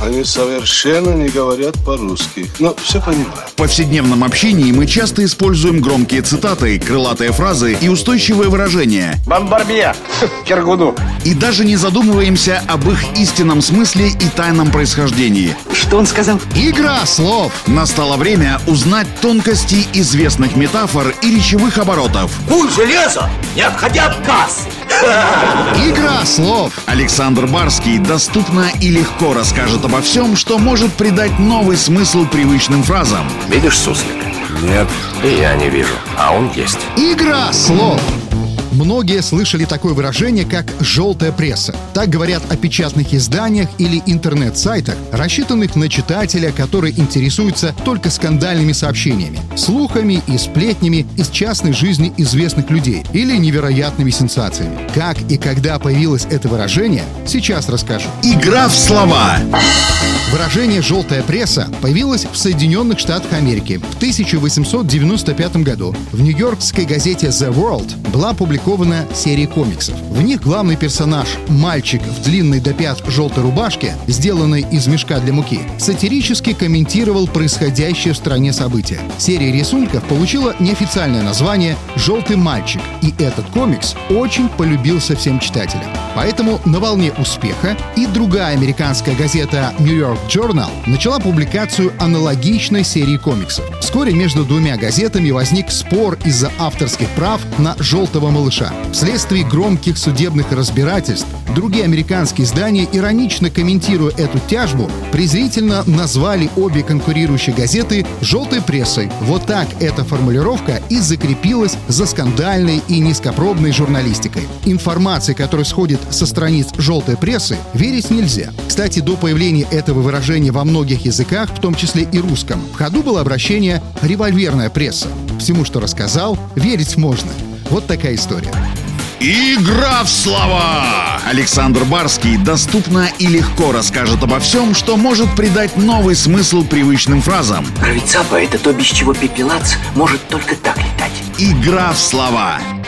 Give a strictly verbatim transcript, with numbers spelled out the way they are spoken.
Они совершенно не говорят по-русски, но все понимаю. В повседневном общении мы часто используем громкие цитаты, крылатые фразы и устойчивые выражения. Бомбарбье! Киргуду! И даже не задумываемся об их истинном смысле и тайном происхождении. Что он сказал? Игра слов. Настало время узнать тонкости известных метафор и речевых оборотов. Куль железо, не отходя от кассы! Игра слов. Александр Барский доступно и легко расскажет обо всем, что может придать новый смысл привычным фразам. Видишь суслика? Нет. И я не вижу, а он есть. Игра слов. Многие слышали такое выражение, как «желтая пресса». Так говорят о печатных изданиях или интернет-сайтах, рассчитанных на читателя, который интересуется только скандальными сообщениями, слухами и сплетнями из частной жизни известных людей или невероятными сенсациями. Как и когда появилось это выражение, сейчас расскажу. Игра в слова. Выражение «желтая пресса» появилось в Соединенных Штатах Америки в тысяча восемьсот девяносто пятом году. В нью-йоркской газете The World была опубликована серия комиксов. В них главный персонаж, мальчик в длинной до пят желтой рубашке, сделанной из мешка для муки, сатирически комментировал происходящее в стране события. Серия рисунков получила неофициальное название «Желтый мальчик», и этот комикс очень полюбился всем читателям. Поэтому на волне успеха и другая американская газета New York Journal начала публикацию аналогичной серии комиксов. Вскоре между двумя газетами возник спор из-за авторских прав на «Желтого малыша». Вследствие громких судебных разбирательств другие американские издания, иронично комментируя эту тяжбу, презрительно назвали обе конкурирующие газеты «желтой прессой». Вот так эта формулировка и закрепилась за скандальной и низкопробной журналистикой. Информации, которая сходит со страниц «желтой прессы», верить нельзя. Кстати, до появления этого выражения во многих языках, в том числе и русском, в ходу было обращение «револьверная пресса». Всему, что рассказал, верить можно. Вот такая история. Игра в слова. Александр Барский доступно и легко расскажет обо всем, что может придать новый смысл привычным фразам. Правицапа — это то, без чего пепелац может только так летать. Игра в слова.